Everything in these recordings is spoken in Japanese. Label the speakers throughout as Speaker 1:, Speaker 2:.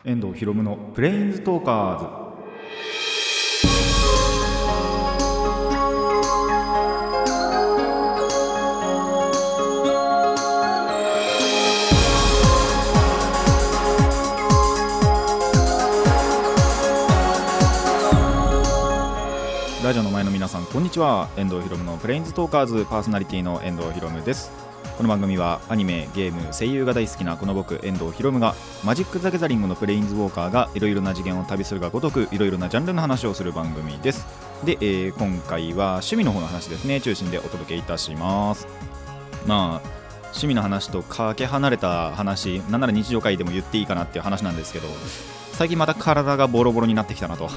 Speaker 1: 遠藤ひろむのプレインズトーカーズ。ラジオの前の皆さん、こんにちは。遠藤ひろむのプレインズトーカーズパーソナリティの遠藤ひろむです。この番組はアニメ、ゲーム、声優が大好きなこの僕遠藤ひろむがマジック・ザ・ギャザリングのプレインズウォーカーがいろいろな次元を旅するがごとくいろいろなジャンルの話をする番組です。で、今回は趣味の方の話ですね、中心でお届けいたします。趣味の話とかけ離れた話、なんなら日常会でも言っていいかなっていう話なんですけど、最近また体がボロボロになってきたなと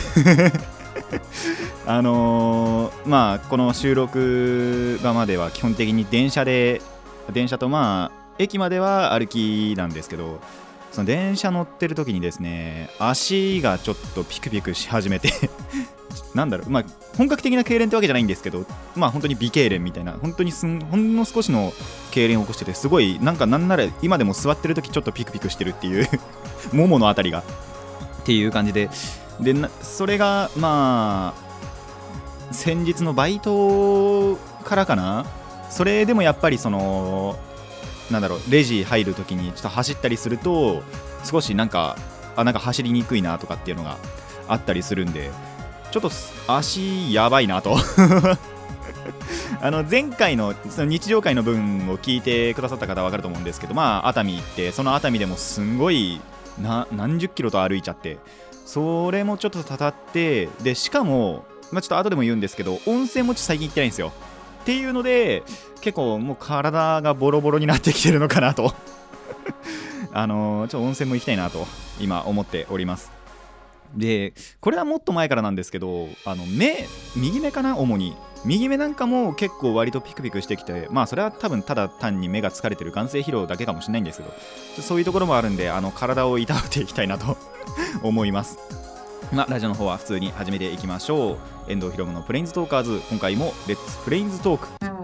Speaker 1: この収録場までは基本的に電車と駅までは歩きなんですけど、その電車乗ってる時にですね、足がちょっとピクピクし始めて本格的な痙攣ってわけじゃないんですけど、本当に微痙攣みたいな、本当にほんの少しの痙攣を起こしてて、すごいなんなら今でも座ってる時ちょっとピクピクしてるっていうもものあたりがっていう感じで、それが先日のバイトからかな。それでもやっぱりレジ入る時にちょっと走ったりすると少し走りにくいなとかっていうのがあったりするんで、ちょっと足やばいなと前回のその日常会の分を聞いてくださった方は分かると思うんですけど、熱海行って、その熱海でもすんごい何十キロと歩いちゃって、それもちょっとたたって、でしかもちょっと後でも言うんですけど、温泉も最近行ってないんですよっていうので、結構もう体がボロボロになってきてるのかなとちょっと温泉も行きたいなと今思っております。でこれはもっと前からなんですけど、右目かな、主に右目なんかも結構割とピクピクしてきて、それは多分ただ単に目が疲れてる眼性疲労だけかもしれないんですけど、そういうところもあるんで、体をいたわっていきたいなと思います。ラジオの方は普通に始めていきましょう。遠藤ひろむのプレインズトーカーズ、今回もレッツプレインズトーク。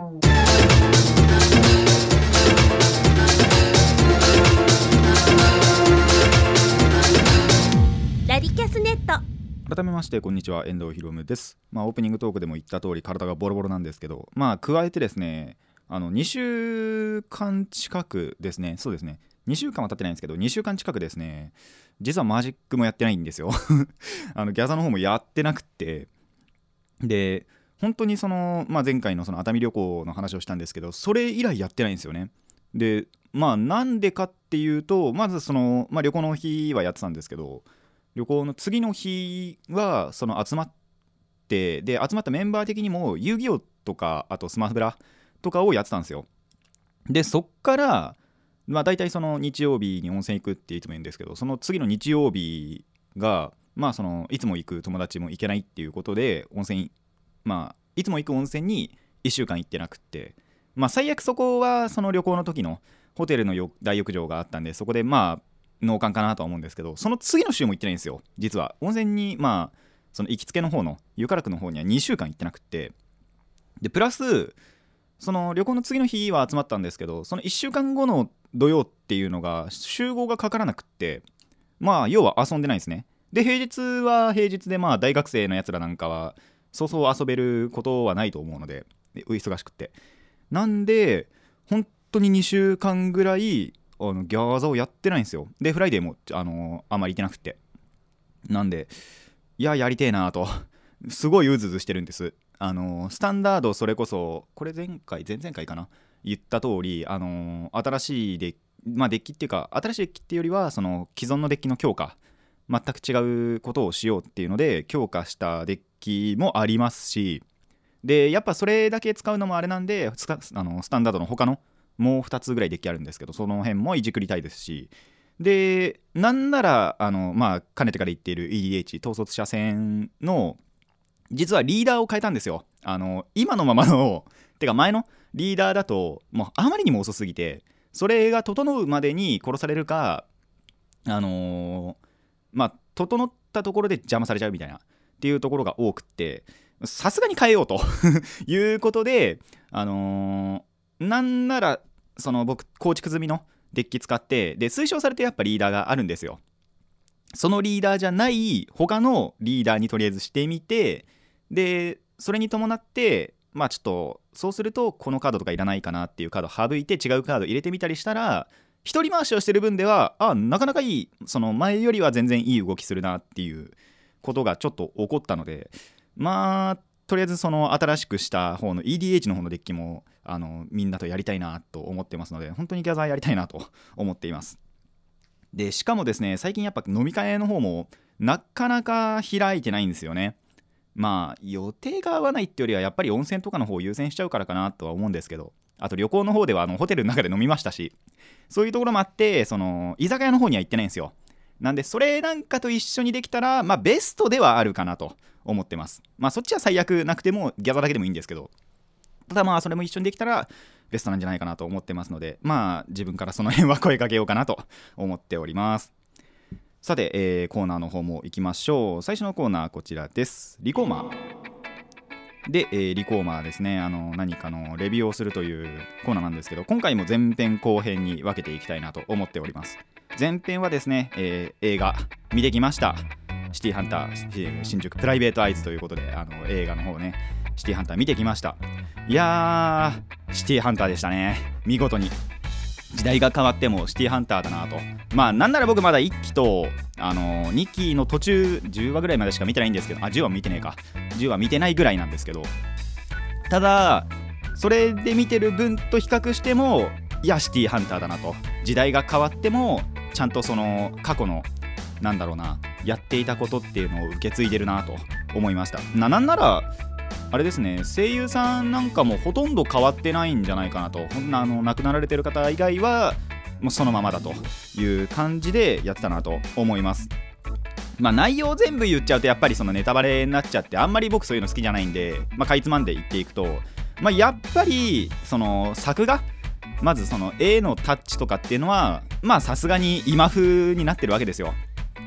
Speaker 2: ラディキャスネット。
Speaker 1: 改めましてこんにちは、遠藤ひろむです。オープニングトークでも言った通り体がボロボロなんですけど、加えてですね、2週間近くですね、そうですね、2週間は経ってないんですけど、2週間近くですね、実はマジックもやってないんですよギャザの方もやってなくって、で本当に前回のその熱海旅行の話をしたんですけど、それ以来やってないんですよね。でなんでかっていうと、まず旅行の日はやってたんですけど、旅行の次の日は集まって、で集まったメンバー的にも遊戯王とかあとスマブラとかをやってたんですよ。でそっから大体日曜日に温泉行くっていつも言うんですけど、その次の日曜日がいつも行く友達も行けないっていうことで、温泉いつも行く温泉に1週間行ってなくって、最悪そこはその旅行の時のホテルの大浴場があったんで、そこで脳幹かなとは思うんですけど、その次の週も行ってないんですよ。実は温泉にその行きつけの方の湯唐区の方には2週間行ってなくって、でプラスその旅行の次の日は集まったんですけど、その1週間後の土曜っていうのが集合がかからなくって、要は遊んでないんですね。で平日は平日で大学生のやつらなんかはそうそう遊べることはないと思うので、忙しくって、なんで本当に2週間ぐらいギャーザをやってないんですよ。でフライデーもあまり行ってなくて、なんでやりてえなとすごいうずうずしてるんです。スタンダード、それこそこれ前々回かな、言った通り新しいデッキっていうか、新しいデッキっていうよりはその既存のデッキの強化、全く違うことをしようっていうので強化したデッキもありますし、でやっぱそれだけ使うのもあれなんで、スタンダードの他のもう2つぐらいデッキあるんですけど、その辺もいじくりたいですし、でなんならかねてから言っている EDH 統率者戦の実はリーダーを変えたんですよ。今のままのてか前のリーダーだともうあまりにも遅すぎて、それが整うまでに殺されるか、整ったところで邪魔されちゃうみたいなっていうところが多くって、さすがに変えようということで、なんなら僕構築済みのデッキ使って、で推奨されてやっぱリーダーがあるんですよ。 そのリーダーじゃない他のリーダーにとりあえずしてみて、でそれに伴ってちょっとそうするとこのカードとかいらないかなっていうカードを省いて違うカード入れてみたりしたら、一人回しをしてる分ではなかなかいい、その前よりは全然いい動きするなっていうことがちょっと起こったので、とりあえずその新しくした方の EDH の方のデッキもみんなとやりたいなと思ってますので、本当にギャザーやりたいなと思っています。でしかもですね、最近やっぱ飲み会の方もなかなか開いてないんですよね。予定が合わないってよりはやっぱり温泉とかの方を優先しちゃうからかなとは思うんですけど、あと旅行の方ではホテルの中で飲みましたし、そういうところもあってその居酒屋の方には行ってないんですよ。なんでそれなんかと一緒にできたらベストではあるかなと思ってます。そっちは最悪なくてもギャザーだけでもいいんですけど、ただそれも一緒にできたらベストなんじゃないかなと思ってますので、自分からその辺は声かけようかなと思っております。さて、コーナーの方も行きましょう。最初のコーナーこちらです。リコーマーで、リコーマーですね、何かのレビューをするというコーナーなんですけど、今回も前編後編に分けていきたいなと思っております。前編はですね、映画見てきました。シティハンター新宿プライベートアイズということで、映画の方ね、シティハンター見てきました。いやー、シティハンターでしたね。見事に時代が変わってもシティハンターだなと。なんなら僕まだ1期と2期の途中10話ぐらいまでしか見てないんですけど、10話見てねえか、10話見てないぐらいなんですけど、ただそれで見てる分と比較しても、いやシティハンターだなと。時代が変わってもちゃんとその過去のやっていたことっていうのを受け継いでるなと思いました。なんならあれですね、声優さんなんかもほとんど変わってないんじゃないかなと。亡くなられてる方以外はもうそのままだという感じでやってたなと思います。内容全部言っちゃうとやっぱりそのネタバレになっちゃって、あんまり僕そういうの好きじゃないんで、かいつまんで言っていくと、やっぱりその作画、まずその絵のタッチとかっていうのはさすがに今風になってるわけですよ。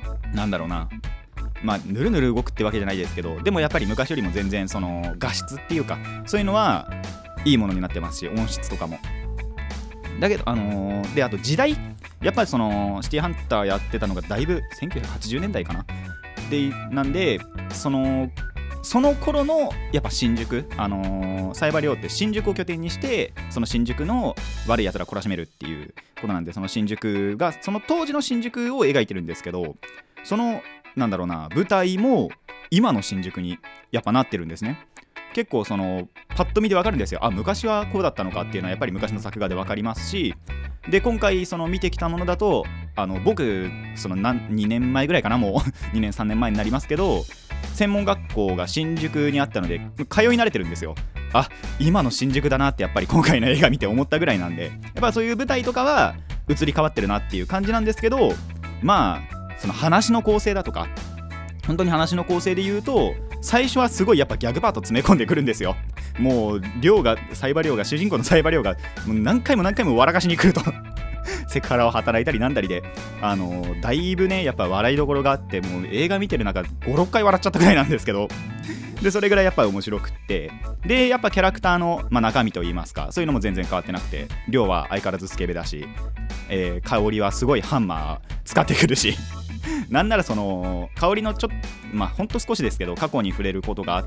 Speaker 1: ぬるぬる動くってわけじゃないですけど、でもやっぱり昔よりも全然その画質っていうかそういうのはいいものになってますし、音質とかもだけどで、あと時代、やっぱりそのシティハンターやってたのがだいぶ1980年代かなで、なんでその頃のやっぱ新宿、サイバリョウって新宿を拠点にして、その新宿の悪いやつら懲らしめるっていうことなんで、その新宿がその当時の新宿を描いてるんですけど、その舞台も今の新宿にやっぱなってるんですね。結構そのパッと見でわかるんですよ。昔はこうだったのかっていうのはやっぱり昔の作画でわかりますし、で今回その見てきたものだと僕その2年前ぐらいかな、もう2年3年前になりますけど、専門学校が新宿にあったので通い慣れてるんですよ。今の新宿だなってやっぱり今回の映画見て思ったぐらいなんで、やっぱそういう舞台とかは移り変わってるなっていう感じなんですけど、その話の構成だとか、本当に話の構成で言うと最初はすごいやっぱギャグパート詰め込んでくるんですよ。もうサイバリョウが主人公のサイバリョウがもう何回も笑かしに来るとセクハラを働いたりなんだりで、だいぶねやっぱ笑いどころがあって、もう映画見てる中 5,6 回笑っちゃったくらいなんですけど、でそれぐらいやっぱり面白くって、でやっぱキャラクターの、中身といいますかそういうのも全然変わってなくて、リョウは相変わらずスケベだし、香りはすごいハンマー使ってくるしなんならその香りのほんと少しですけど過去に触れることがあって、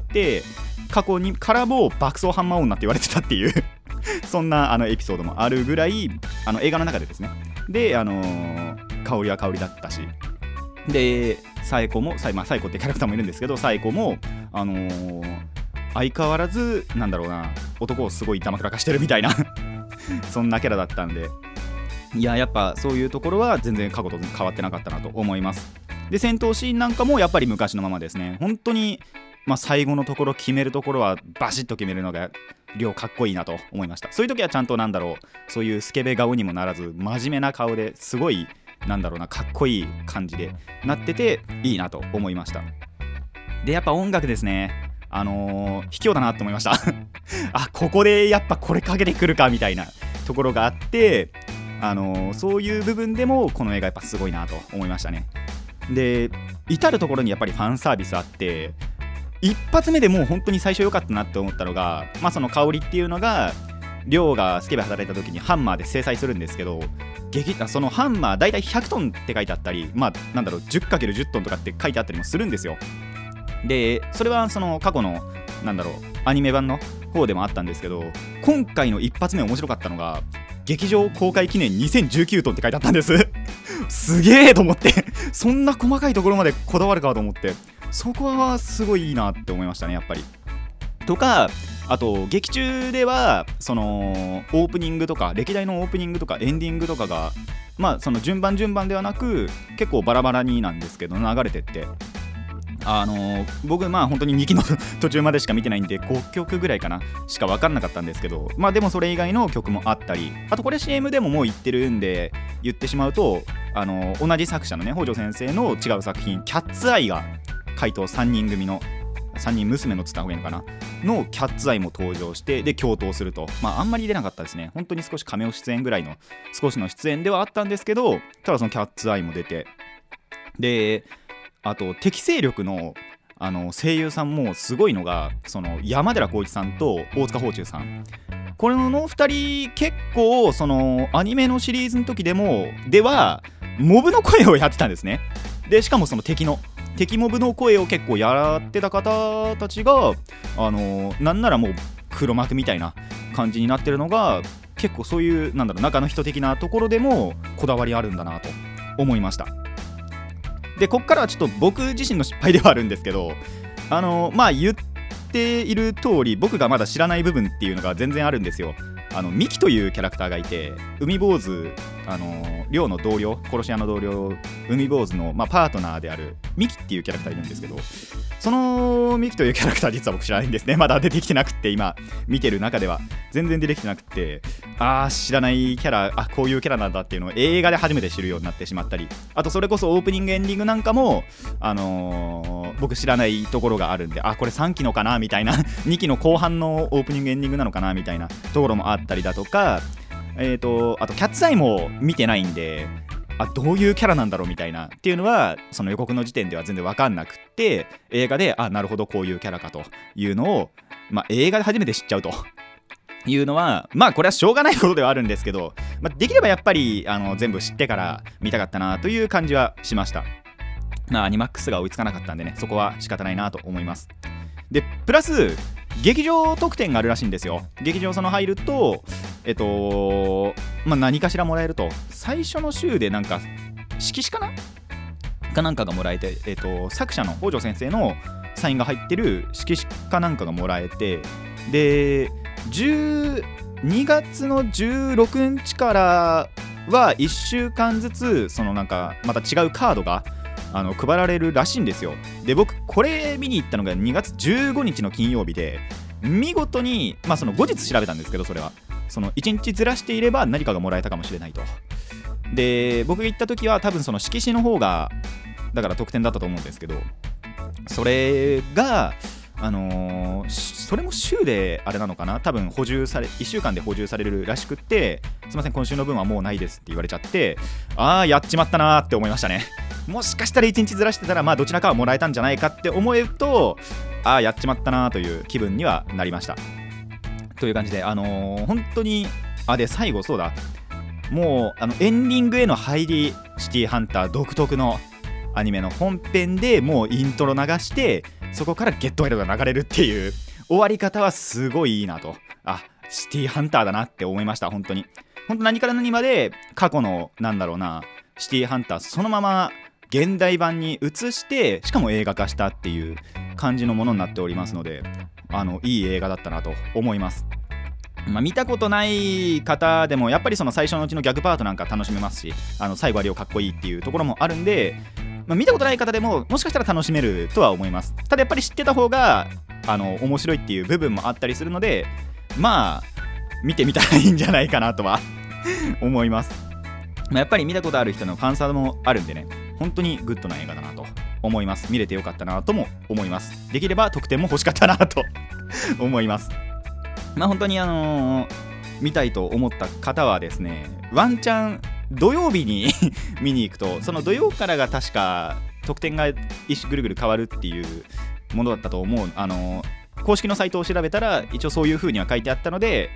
Speaker 1: 過去にからも爆走ハンマー女って言われてたっていうそんなエピソードもあるぐらい、映画の中でですね。で香りは香りだったし、でサイコもサイコってキャラクターもいるんですけど、サイコも相変わらず男をすごいダマくらかしてるみたいなそんなキャラだったんで、やっぱそういうところは全然過去と変わってなかったなと思います。で戦闘シーンなんかもやっぱり昔のままですね。本当に最後のところ決めるところはバシッと決めるのが量かっこいいなと思いました。そういう時はちゃんとそういうスケベ顔にもならず真面目な顔ですごいかっこいい感じでなってていいなと思いました。でやっぱ音楽ですね、卑怯だなと思いましたここでやっぱこれかけてくるかみたいなところがあって、そういう部分でもこの映画やっぱすごいなと思いましたね。で至るところにやっぱりファンサービスあって、一発目でもう本当に最初良かったなって思ったのが、その香りっていうのがリョウがスケベ働いた時にハンマーで制裁するんですけど、 そのハンマーだいたい100トンって書いてあったり、10×10 トンとかって書いてあったりもするんですよ。でそれはその過去のアニメ版の方でもあったんですけど、今回の一発目面白かったのが劇場公開記念2019トンって書いてあったんですすげえと思ってそんな細かいところまでこだわるかと思って、そこはすごいいいなって思いましたねやっぱり。とかあと劇中ではそのオープニングとか歴代のオープニングとかエンディングとかがその順番ではなく結構バラバラになんですけど流れてって、僕本当に2期の途中までしか見てないんで5曲ぐらいかなしか分かんなかったんですけど、でもそれ以外の曲もあったり、あとこれ CM でももう言ってるんで言ってしまうと、同じ作者のね北条先生の違う作品キャッツアイが怪盗3人組の3人娘のつった方がいいのかなのキャッツアイも登場して、で共闘すると、あんまり出なかったですね。本当に少しカメオ出演ぐらいの少しの出演ではあったんですけど、ただそのキャッツアイも出て、であと適正力の声優さんもすごいのが、その山寺宏一さんと大塚芳忠さん、これの2人結構そのアニメのシリーズの時ではモブの声をやってたんですね。でしかもその敵モブの声を結構やってた方たちがなんならもう黒幕みたいな感じになってるのが、結構そういう中の人的なところでもこだわりあるんだなと思いました。でこっからはちょっと僕自身の失敗ではあるんですけど、言っている通り僕がまだ知らない部分っていうのが全然あるんですよ。ミキというキャラクターがいて、海坊主寮の同僚、殺し屋の同僚海坊主の、パートナーであるミキっていうキャラクターいるんですけど、そのミキというキャラクター実は僕知らないんですね。まだ出てきてなくって、今見てる中では全然出てきてなくて、知らないキャラ、こういうキャラなんだっていうのを映画で初めて知るようになってしまったり、あとそれこそオープニングエンディングなんかも僕知らないところがあるんで、これ3期のかなみたいな2期の後半のオープニングエンディングなのかなみたいなところもあったりだとか、あとキャッツアイも見てないんで、どういうキャラなんだろうみたいなっていうのはその予告の時点では全然分かんなくって、映画でなるほどこういうキャラかというのを、映画で初めて知っちゃうというのはこれはしょうがないことではあるんですけど、できればやっぱり全部知ってから見たかったなという感じはしました。アニマックスが追いつかなかったんでね、そこは仕方ないなと思います。でプラス劇場特典があるらしいんですよ。劇場入ると何かしらもらえると、最初の週で色紙かなんかがもらえて、作者の北条先生のサインが入ってる色紙かなんかがもらえて、で12月の16日からは1週間ずつまた違うカードが配られるらしいんですよ。で僕これ見に行ったのが2月15日の金曜日で、見事にその後日調べたんですけど、それはその1日ずらしていれば何かがもらえたかもしれないと。で僕が行った時は多分その色紙の方がだから特典だったと思うんですけど、それがそれも週であれなのかな、多分1週間で補充されるらしくって、すいません今週の分はもうないですって言われちゃって、やっちまったなーって思いましたね。もしかしたら1日ずらしてたらどちらかはもらえたんじゃないかって思えると、やっちまったなーという気分にはなりましたという感じで、本当にで最後そうだ、もうエンディングへの入り、シティハンター独特のアニメの本編でもうイントロ流して、そこからゲットワイルドが流れるっていう終わり方はすごいいいなと、シティハンターだなって思いました。本当何から何まで過去のシティハンターそのまま現代版に移して、しかも映画化したっていう感じのものになっておりますので、いい映画だったなと思います。見たことない方でもやっぱりその最初のうちのギャグパートなんか楽しめますし、最後は量かっこいいっていうところもあるんで、見たことない方でももしかしたら楽しめるとは思います。ただやっぱり知ってた方が面白いっていう部分もあったりするので、見てみたらいいんじゃないかなとは思います。やっぱり見たことある人のファンサーもあるんでね、本当にグッドな映画だなと思います。見れてよかったなとも思います。できれば特典も欲しかったなと思います。本当に見たいと思った方はですね、ワンチャン土曜日に見に行くと、その土曜からが確か特典がぐるぐる変わるっていうものだったと思う。公式のサイトを調べたら一応そういう風には書いてあったので、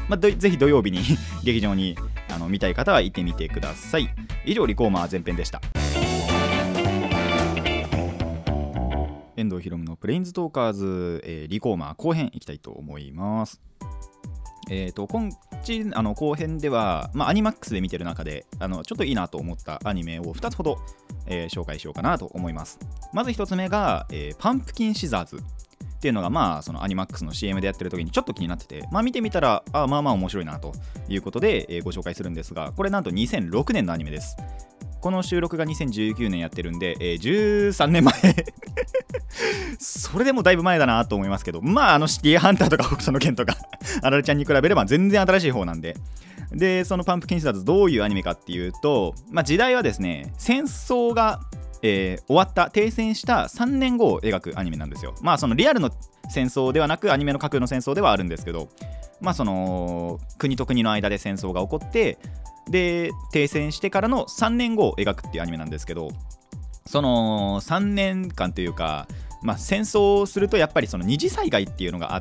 Speaker 1: ぜひ土曜日に劇場に見たい方は行ってみてください。以上リコーマー前編でした。遠藤ひろむのプレインズトーカーズ、リコーマー後編いきたいと思います。今期後編では、アニマックスで見てる中でちょっといいなと思ったアニメを2つほど、紹介しようかなと思います。まず1つ目が、パンプキンシザーズっていうのがそのアニマックスの CM でやってる時にちょっと気になってて、見てみたら面白いなということで、ご紹介するんですが、これなんと2006年のアニメです。この収録が2019年やってるんで、13年前それでもだいぶ前だなと思いますけど、シティハンターとか北斗の拳とかあられちゃんに比べれば全然新しい方なんで、そのパンプキンシザーズどういうアニメかっていうと、時代はですね、戦争が、終わった停戦した3年後を描くアニメなんですよ。そのリアルの戦争ではなくアニメの架空の戦争ではあるんですけど、その国と国の間で戦争が起こってで停戦してからの3年後を描くっていうアニメなんですけど、その3年間というか、戦争をするとやっぱりその二次災害っていうのがあって、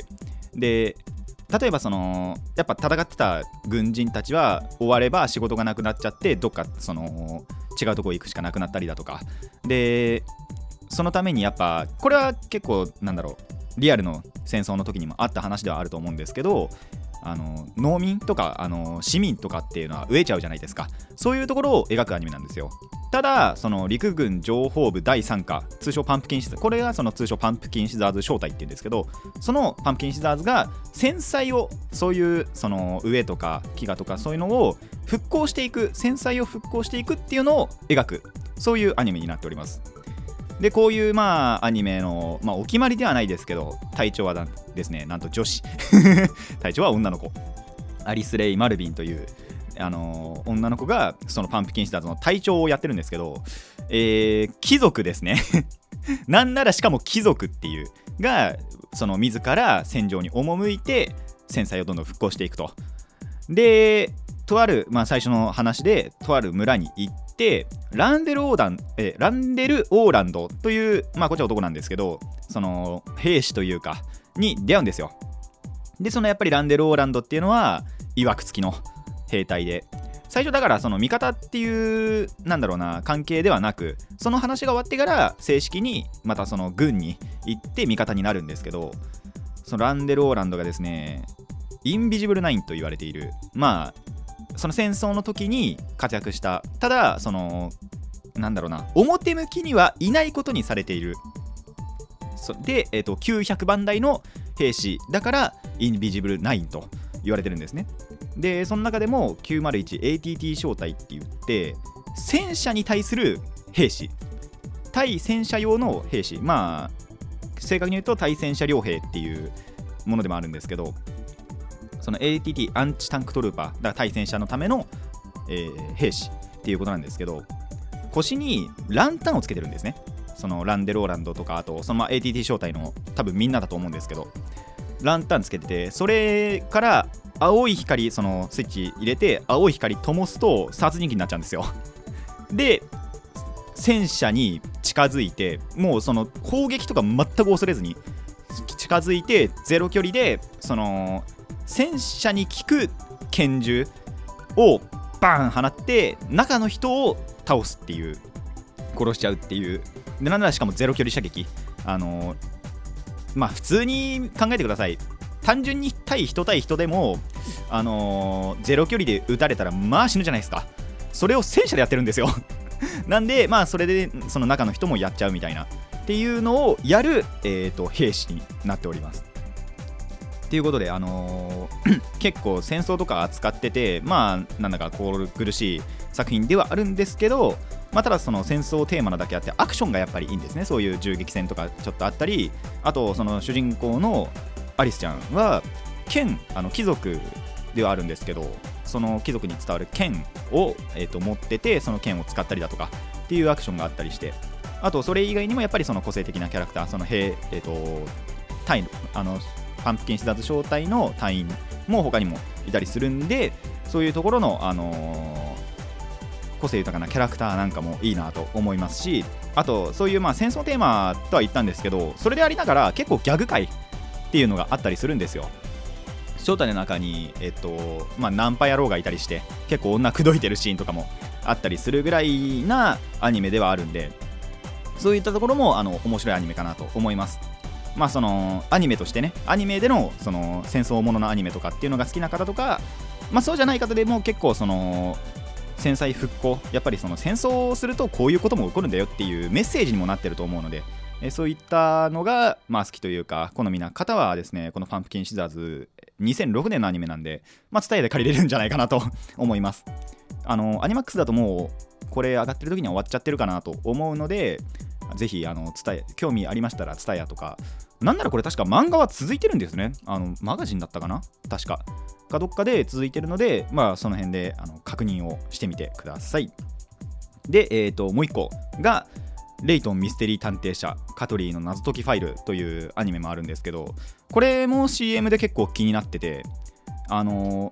Speaker 1: で例えばやっぱ戦ってた軍人たちは終われば仕事がなくなっちゃってどっか違うとこ行くしかなくなったりだとかで、そのためにやっぱこれは結構リアルの戦争の時にもあった話ではあると思うんですけど、農民とか市民とかっていうのは飢えちゃうじゃないですか。そういうところを描くアニメなんですよ。ただその陸軍情報部第3課、通称パンプキンシザーズ、これがその通称パンプキンシザーズ小隊っていうんですけど、そのパンプキンシザーズが戦災を、そういうその飢えとか飢餓とかそういうのを復興していく、戦災を復興していくっていうのを描く、そういうアニメになっております。でこういうアニメの、お決まりではないですけど、隊長はですね、なんと女子隊長は女の子、アリス・レイ・マルビンという女の子がそのパンプキンシザーズの隊長をやってるんですけど、貴族ですねなんならしかも貴族っていうがその自ら戦場に赴いて戦災をどんどん復興していくと。でとある、最初の話でとある村に行ってランデルオーランドという、こっちは男なんですけど、その兵士というかに出会うんですよ。でそのやっぱりランデルオーランドっていうのは曰く付きの兵隊で、最初だからその味方っていう関係ではなく、その話が終わってから正式にまたその軍に行って味方になるんですけど、そのランデルオーランドがですね、インビジブルナインと言われている、その戦争の時に活躍した、ただその表向きにはいないことにされているで、900番台の兵士だからインビジブルナインと言われてるんですね。でその中でも 901ATT 小隊って言って戦車に対する兵士、対戦車用の兵士、正確に言うと対戦車両兵っていうものでもあるんですけど、その ATT アンチタンクトルーパーだから対戦車のための、兵士っていうことなんですけど、腰にランタンをつけてるんですね。そのランデルオーランドとか、あとそのATT 小隊の多分みんなだと思うんですけど、ランタンつけてて、それから青い光、そのスイッチ入れて青い光灯すと殺人鬼になっちゃうんですよ。で戦車に近づいて、もうその砲撃とか全く恐れずに近づいてゼロ距離でその戦車に効く拳銃をバーン放って中の人を倒すっていう、殺しちゃうっていう。でなんならしかもゼロ距離射撃、普通に考えてください。単純に対人でも、ゼロ距離で撃たれたら死ぬじゃないですか。それを戦車でやってるんですよなんでそれでその中の人もやっちゃうみたいなっていうのをやる、兵士になっております。ということで、結構戦争とか扱ってて、なんだか心苦しい作品ではあるんですけど、ただその戦争テーマなだけあってアクションがやっぱりいいんですね。そういう銃撃戦とかちょっとあったり、あとその主人公のアリスちゃんは貴族ではあるんですけど、その貴族に伝わる剣を、持ってて、その剣を使ったりだとかっていうアクションがあったりして、あとそれ以外にもやっぱりその個性的なキャラクター、そのパンプキンシザーズ小隊の隊員も他にもいたりするんで、そういうところの、個性豊かなキャラクターなんかもいいなと思いますし、あとそういう戦争テーマとは言ったんですけど、それでありながら結構ギャグ界っていうのがあったりするんですよ。 正体の中にナンパ野郎がいたりして結構女口説いてるシーンとかもあったりするぐらいなアニメではあるんで、そういったところも面白いアニメかなと思います。そのアニメとしてね、アニメでのその戦争もののアニメとかっていうのが好きな方とか、そうじゃない方でも結構その戦災復興、やっぱりその戦争をするとこういうことも起こるんだよっていうメッセージにもなってると思うので、そういったのが好きというか好みな方はですね、このパンプキンシザーズ2006年のアニメなんで、TSUTAYAで借りれるんじゃないかなと思います。アニマックスだともうこれ上がってる時には終わっちゃってるかなと思うので、ぜひTSUTAYA興味ありましたらTSUTAYAとか、なんならこれ確か漫画は続いてるんですね。マガジンだったかな、確かどっかで続いてるので、その辺で確認をしてみてください。で、もう一個がレイトンミステリー探偵社カトリーの謎解きファイルというアニメもあるんですけど、これも CM で結構気になってて、お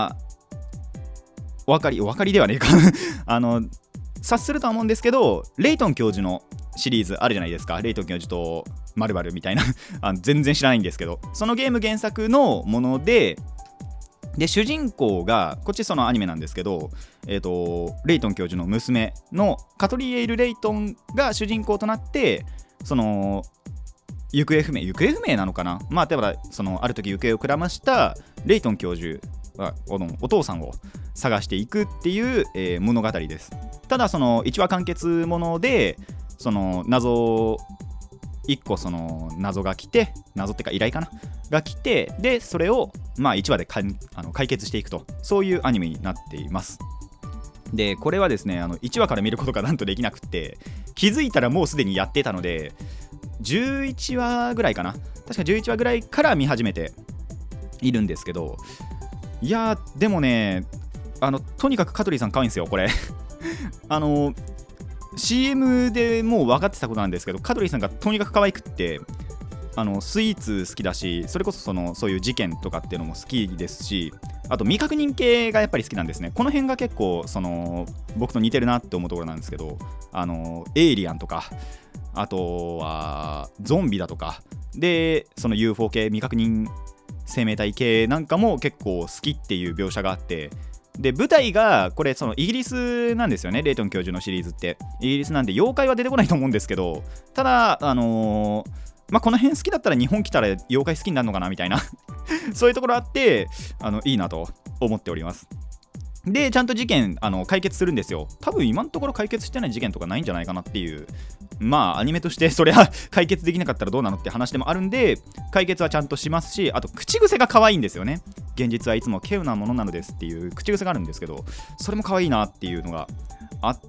Speaker 1: 分かりではねえか察するとは思うんですけど、レイトン教授のシリーズあるじゃないですか。レイトン教授と〇〇みたいな全然知らないんですけど、そのゲーム原作のもので主人公がこっちそのアニメなんですけど、レイトン教授の娘のカトリエイル・レイトンが主人公となって、その行方不明なのかな、例えばそのある時行方をくらましたレイトン教授はお父さんを探していくっていう、物語です。ただその1話完結もので、その1個その謎が来て、謎ってか依頼かなが来て、でそれを1話で解決していくと、そういうアニメになっています。でこれはですね、1話から見ることがなんとできなくって、気づいたらもうすでにやってたので、11話ぐらいかな、確か11話ぐらいから見始めているんですけど、いやでもね、とにかく香取さん可愛いんですよこれCM でもう分かってたことなんですけど、香取さんがとにかく可愛くって、スイーツ好きだし、それこそそういう事件とかっていうのも好きですし、あと未確認系がやっぱり好きなんですね。この辺が結構僕と似てるなって思うところなんですけど、エイリアンとか、あとはゾンビだとかで、その UFO 系未確認生命体系なんかも結構好きっていう描写があって、で舞台がこれそのイギリスなんですよね。レイトン教授のシリーズってイギリスなんで妖怪は出てこないと思うんですけど、ただこの辺好きだったら日本来たら妖怪好きになるのかなみたいなそういうところあって、いいなと思っております。でちゃんと事件解決するんですよ。多分今のところ解決してない事件とかないんじゃないかなっていう、アニメとしてそれは解決できなかったらどうなのって話でもあるんで、解決はちゃんとしますし、あと口癖が可愛いんですよね。現実はいつも稀有なものなのですっていう口癖があるんですけど、それも可愛いなっていうのがあって、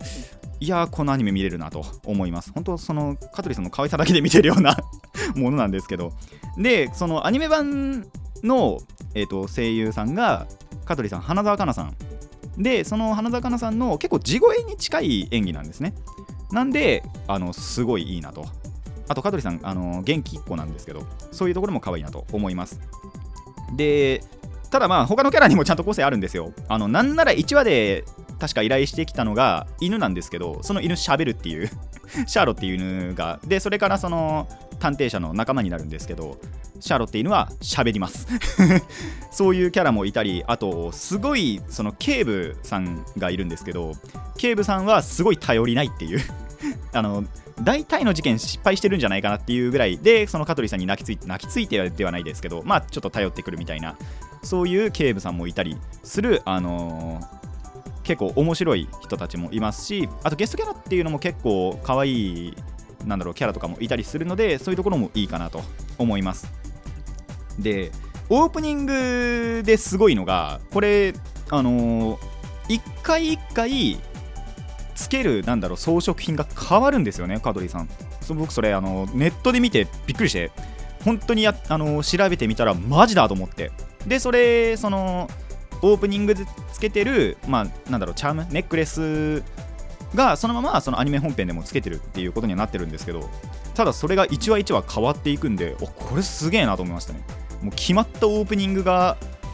Speaker 1: いやこのアニメ見れるなと思います。本当その香取さんの可愛さだけで見てるようなものなんですけど、でそのアニメ版の、声優さんが香取さん、花澤香菜さんで、その花澤香菜さんの結構地声に近い演技なんですね。なんですごいいいなと。あと香取さん元気っ子なんですけど、そういうところも可愛いなと思います。でただ他のキャラにもちゃんと個性あるんですよ。なんなら1話で確か依頼してきたのが犬なんですけど、その犬喋るっていうシャーロっていう犬がで、それからその探偵者の仲間になるんですけど、シャーロっていうのは喋りますそういうキャラもいたり、あとすごいその警部さんがいるんですけど、警部さんはすごい頼りないっていう大体の事件失敗してるんじゃないかなっていうぐらいで、その香取さんに泣きついてではないですけど、ちょっと頼ってくるみたいな、そういう警部さんもいたりする、結構面白い人たちもいますし、あとゲストキャラっていうのも結構可愛いキャラとかもいたりするので、そういうところもいいかなと思います。でオープニングですごいのが、これ一回一回つける装飾品が変わるんですよね、香取さん。僕それネットで見てびっくりして、本当に調べてみたらマジだと思って、でそのオープニングでつけてるチャームネックレスがそのままそのアニメ本編でもつけてるっていうことにはなってるんですけど、ただそれが1話1話変わっていくんで、これすげえなと思いましたね。もう決まったオープニングが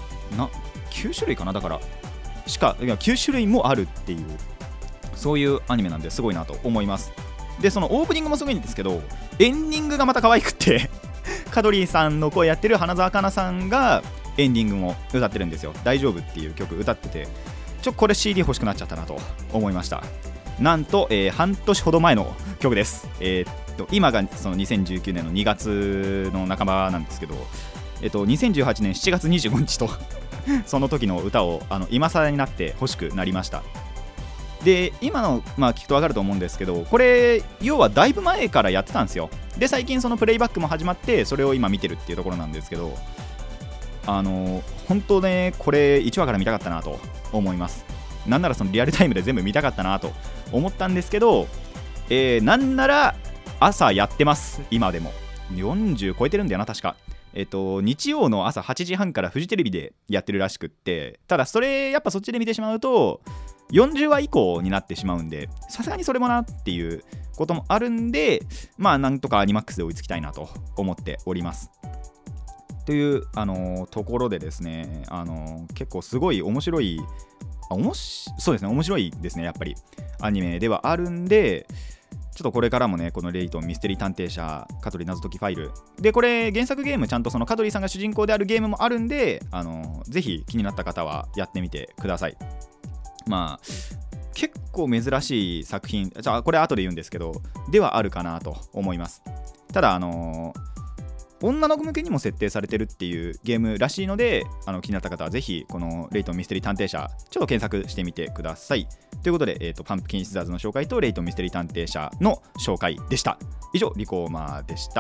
Speaker 1: 9種類かな、だから9種類もあるっていう、そういうアニメなんですごいなと思います。でそのオープニングもすごいんですけど、エンディングがまた可愛くって香取さんの声やってる花澤香菜さんがエンディングも歌ってるんですよ。大丈夫っていう曲歌ってて、これ CD 欲しくなっちゃったなと思いました。なんと、半年ほど前の曲です。今がその2019年の2月の半ばなんですけど、2018年7月25日とその時の歌を今更になって欲しくなりました。で今の、聞くと分かると思うんですけど、これ要はだいぶ前からやってたんですよ。で最近そのプレイバックも始まって、それを今見てるっていうところなんですけど、本当ねこれ1話から見たかったなと思います。なんならそのリアルタイムで全部見たかったなと思ったんですけど、なんなら朝やってます。今でも40超えてるんだよな確か。日曜の朝8時半からフジテレビでやってるらしくって、ただそれやっぱそっちで見てしまうと40話以降になってしまうんで、さすがにそれもなっていうこともあるんで、なんとかアニマックスで追いつきたいなと思っております。というところでですね、結構すごい面白いそうですね、面白いですね、やっぱりアニメではあるんで、ちょっとこれからもね、このレイトンミステリー探偵社香取謎解きファイルで、これ原作ゲームちゃんとその香取さんが主人公であるゲームもあるんで、ぜひ気になった方はやってみてください。結構珍しい作品、これ後で言うんですけどではあるかなと思います。ただ女の子向けにも設定されてるっていうゲームらしいので、気になった方はぜひこのレイトンミステリー探偵社ちょっと検索してみてください。ということで、パンプキンシザーズの紹介とレイトンミステリー探偵社の紹介でした。以上リコーマーでした。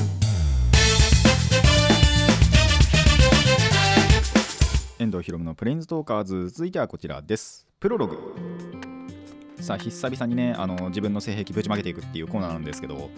Speaker 1: 遠藤ひろむのプレインズトーカーズ、続いてはこちらです。プロログ。さあ久々にね自分の性癖ぶちまけていくっていうコーナーなんですけど、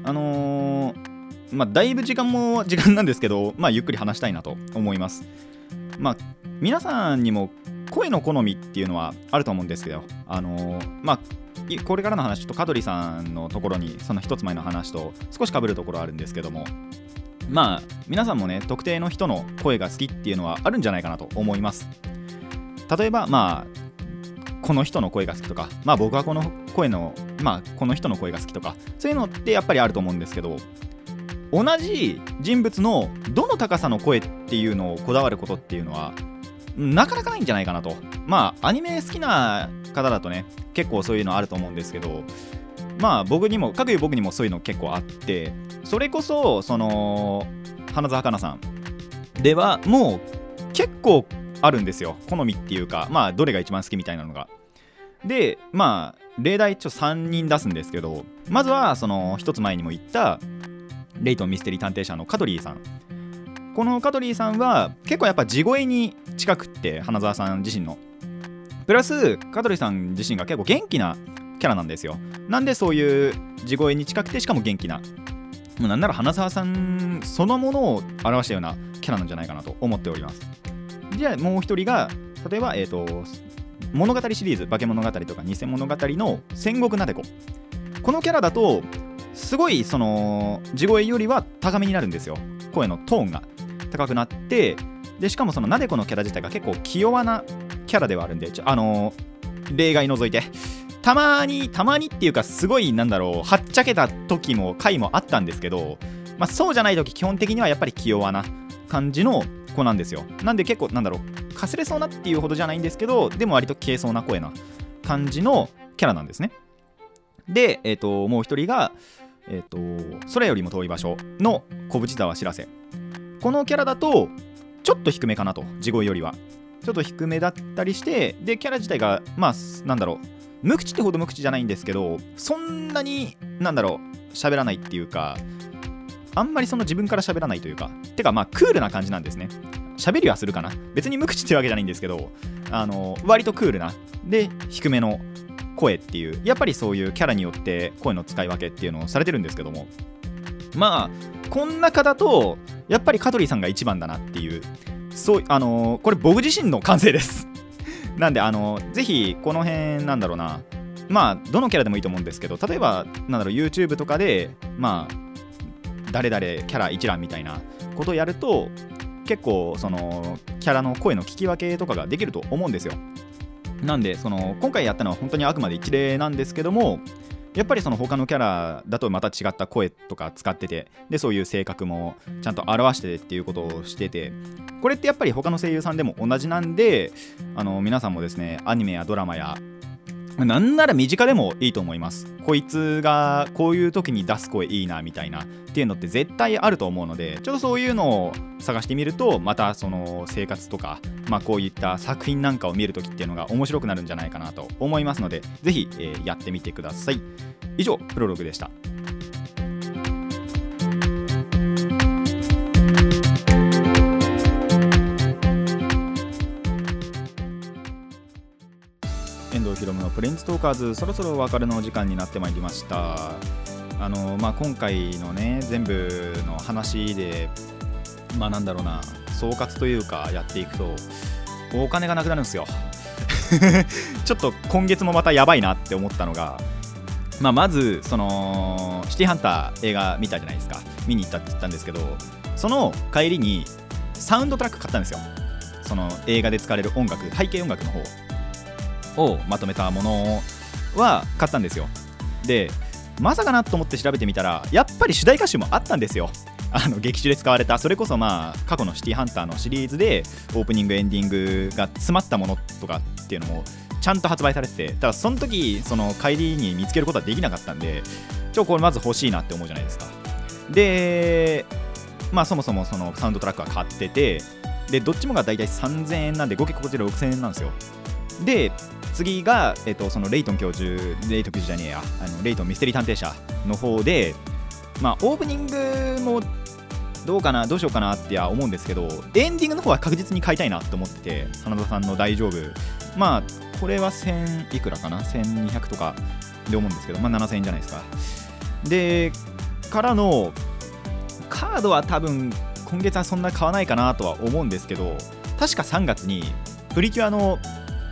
Speaker 1: だいぶ時間なんですけど、ゆっくり話したいなと思います。皆さんにも声の好みっていうのはあると思うんですけど、これからの話、ちょっと香取さんのところにその一つ前の話と少し被るところあるんですけども、皆さんもね特定の人の声が好きっていうのはあるんじゃないかなと思います。例えばこの人の声が好きとか、僕はこの声のこの人の声が好きとか、そういうのってやっぱりあると思うんですけど、同じ人物のどの高さの声っていうのをこだわることっていうのはなかなかないんじゃないかなと。アニメ好きな方だとね結構そういうのあると思うんですけど、僕にもそういうの結構あって、それこそその花澤香菜さんではもう結構あるんですよ、好みっていうか、どれが一番好きみたいなのが。で例題3人出すんですけど、まずはその一つ前にも言ったレイトンミステリー探偵社の香取さん。この香取さんは結構やっぱ地声に近くって、花澤さん自身のプラス香取さん自身が結構元気なキャラなんですよ。なんでそういう地声に近くて、しかも元気な、なんなら花澤さんそのものを表したようなキャラなんじゃないかなと思っております。じゃあもう一人が、例えば物語シリーズ、化け物語とか偽物語の戦国なでこ。このキャラだとすごいその地声よりは高めになるんですよ。声のトーンが高くなって、でしかもそのなでこのキャラ自体が結構気弱なキャラではあるんで、例外除いてたまにっていうか、すごいはっちゃけた回もあったんですけど、そうじゃない時基本的にはやっぱり気弱な感じの子なんですよ。なんで結構かすれそうなっていうほどじゃないんですけど、でも割と消えそうな声な感じのキャラなんですね。で、もう一人が、空よりも遠い場所の小淵沢しらせ。このキャラだとちょっと低めかなと、地声よりはちょっと低めだったりして、でキャラ自体が無口ってほど無口じゃないんですけど、そんなに喋らないっていうか、あんまりその自分から喋らないというか、クールな感じなんですね。喋りはするかな、別に無口ってわけじゃないんですけど、割とクールなで低めの声っていう、やっぱりそういうキャラによって声の使い分けっていうのをされてるんですけども、こん中だとやっぱり香取さんが一番だなっていう、そうこれ僕自身の感性ですなんでぜひこの辺どのキャラでもいいと思うんですけど、例えばYouTube とかで誰々キャラ一覧みたいなことをやると、結構そのキャラの声の聞き分けとかができると思うんですよ。なんで今回やったのは本当にあくまで一例なんですけども、 やっぱりその他のキャラだとまた違った声とか使ってて、でそういう性格もちゃんと表してっていうことをしてて、これってやっぱり他の声優さんでも同じなんで、皆さんもですね、アニメやドラマやなんなら身近でもいいと思います。こいつがこういう時に出す声いいなみたいなっていうのって絶対あると思うので、ちょっとそういうのを探してみると、またその生活とか、こういった作品なんかを見るときっていうのが面白くなるんじゃないかなと思いますので、ぜひ、やってみてください。以上、プロローグでした。遠藤ひろむのプレインズトーカーズ、そろそろお別れの時間になってまいりました。今回のね全部の話でなんだろうな、総括というかやっていくとお金がなくなるんですよちょっと今月もまたやばいなって思ったのが、まずそのシティハンター映画見たじゃないですか。見に行ったって言ったんですけど、その帰りにサウンドトラック買ったんですよ。その映画で使われる音楽、背景音楽の方をまとめたものは買ったんですよ。でまさかなと思って調べてみたら、やっぱり主題歌集もあったんですよ。劇中で使われた、それこそ過去のシティハンターのシリーズでオープニングエンディングが詰まったものとかっていうのもちゃんと発売されてて、ただその時その帰りに見つけることはできなかったんで、これまず欲しいなって思うじゃないですか。でそもそもそのサウンドトラックは買ってて、でどっちもがだいたい3000円なんで合計こちら6000円なんですよ。で次が、そのレイトン教授レイトンミステリー探偵社の方で、オープニングもどうしようかなって思うんですけど、エンディングの方は確実に買いたいなと思ってて、花田さんの大丈夫、これは1000いくらかな、1200とかで思うんですけど、7000円じゃないですか。でからのカードは多分今月はそんな買わないかなとは思うんですけど、確か3月にプリキュアの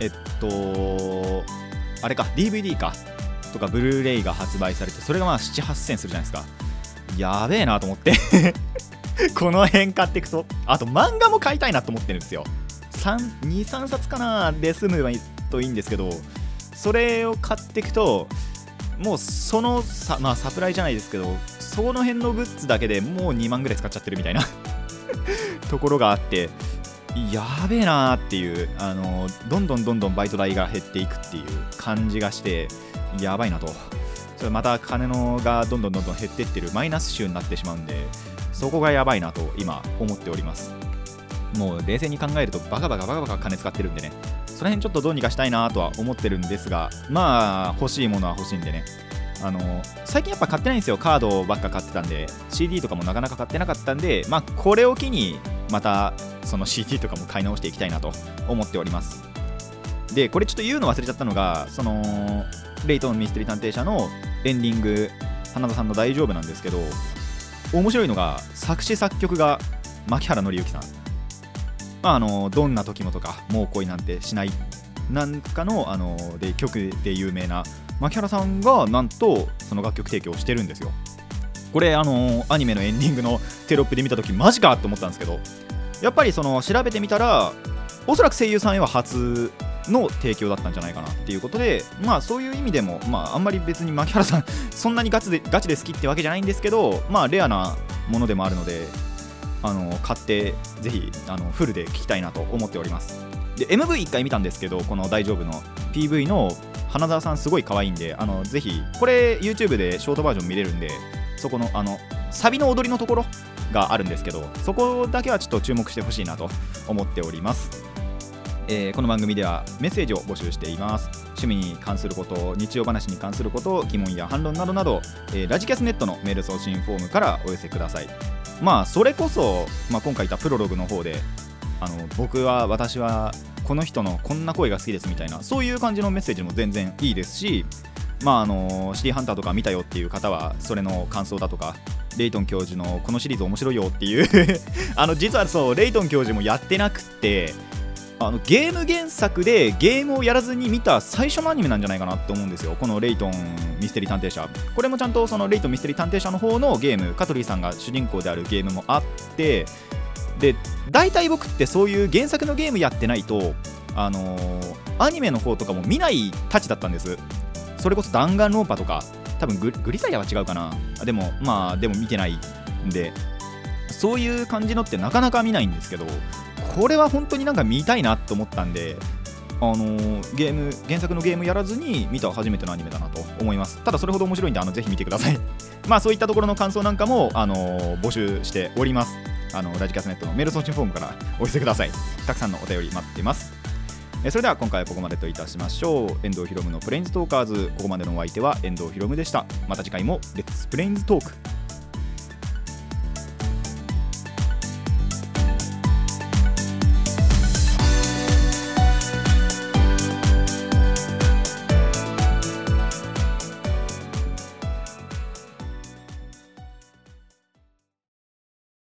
Speaker 1: あれか DVD かとかブルーレイが発売されて、それが7、8000するじゃないですか。やべえなと思ってこの辺買っていくと、あと漫画も買いたいなと思ってるんですよ。2、3冊かなで済むといいんですけど、それを買っていくともうそのサプライじゃないですけど、その辺のグッズだけでもう2万ぐらい使っちゃってるみたいなところがあって、やべえなーっていう、どんどんバイト代が減っていくっていう感じがしてやばいなと。それまた金のがどんどん減っていってるマイナス週になってしまうんで、そこがやばいなと今思っております。もう冷静に考えるとバカバカ金使ってるんでね、その辺ちょっとどうにかしたいなとは思ってるんですが、欲しいものは欲しいんでね、最近やっぱ買ってないんですよ。カードばっか買ってたんで CD とかもなかなか買ってなかったんで、これを機にまたその CD とかも買い直していきたいなと思っております。でこれちょっと言うの忘れちゃったのが、そのレイトンミステリー探偵社のエンディング、花田さんの大丈夫なんですけど、面白いのが作詞作曲が牧原紀之さん。どんな時もとかもう恋なんてしないなんかので曲で有名な牧原さんがなんとその楽曲提供してるんですよ。これアニメのエンディングのテロップで見た時マジかと思ったんですけど、やっぱりその調べてみたらおそらく声優さんへは初の提供だったんじゃないかなっていうことで、そういう意味でもあんまり別に牧原さんそんなにガチで好きってわけじゃないんですけど、レアなものでもあるので買ってぜひフルで聴きたいなと思っております。で MV1 回見たんですけど、この大丈夫の PV の花澤さんすごい可愛いんで、ぜひこれ YouTube でショートバージョン見れるんで、そこのサビの踊りのところがあるんですけど、そこだけはちょっと注目してほしいなと思っております。この番組ではメッセージを募集しています。趣味に関すること、日常話に関すること、疑問や反論などなど、ラジキャスネットのメール送信フォームからお寄せください。それこそ、今回言ったプロローグの方で私はこの人のこんな声が好きですみたいな、そういう感じのメッセージも全然いいですし、シティハンターとか見たよっていう方はそれの感想だとか、レイトン教授のこのシリーズ面白いよっていう実はそうレイトン教授もやってなくってゲーム原作でゲームをやらずに見た最初のアニメなんじゃないかなって思うんですよ、このレイトンミステリー探偵社。これもちゃんとそのレイトンミステリー探偵社の方のゲーム、香取さんが主人公であるゲームもあって、で大体僕ってそういう原作のゲームやってないとアニメの方とかも見ないたちだったんです。それこそ弾丸論破とか多分グリザイアは違うかな。でも見てないんで、そういう感じのってなかなか見ないんですけど、これは本当になんか見たいなと思ったんで、原作のゲームやらずに見た初めてのアニメだなと思います。ただそれほど面白いんでぜひ見てくださいそういったところの感想なんかも募集しております。ラジキャスネットのメール送信フォームからお寄せください。たくさんのお便り待ってます。それでは今回はここまでといたしましょう。遠藤ひろむのプレインズトーカーズ、ここまでのお相手は遠藤ひろむでした。また次回もレッツプレインズトーク。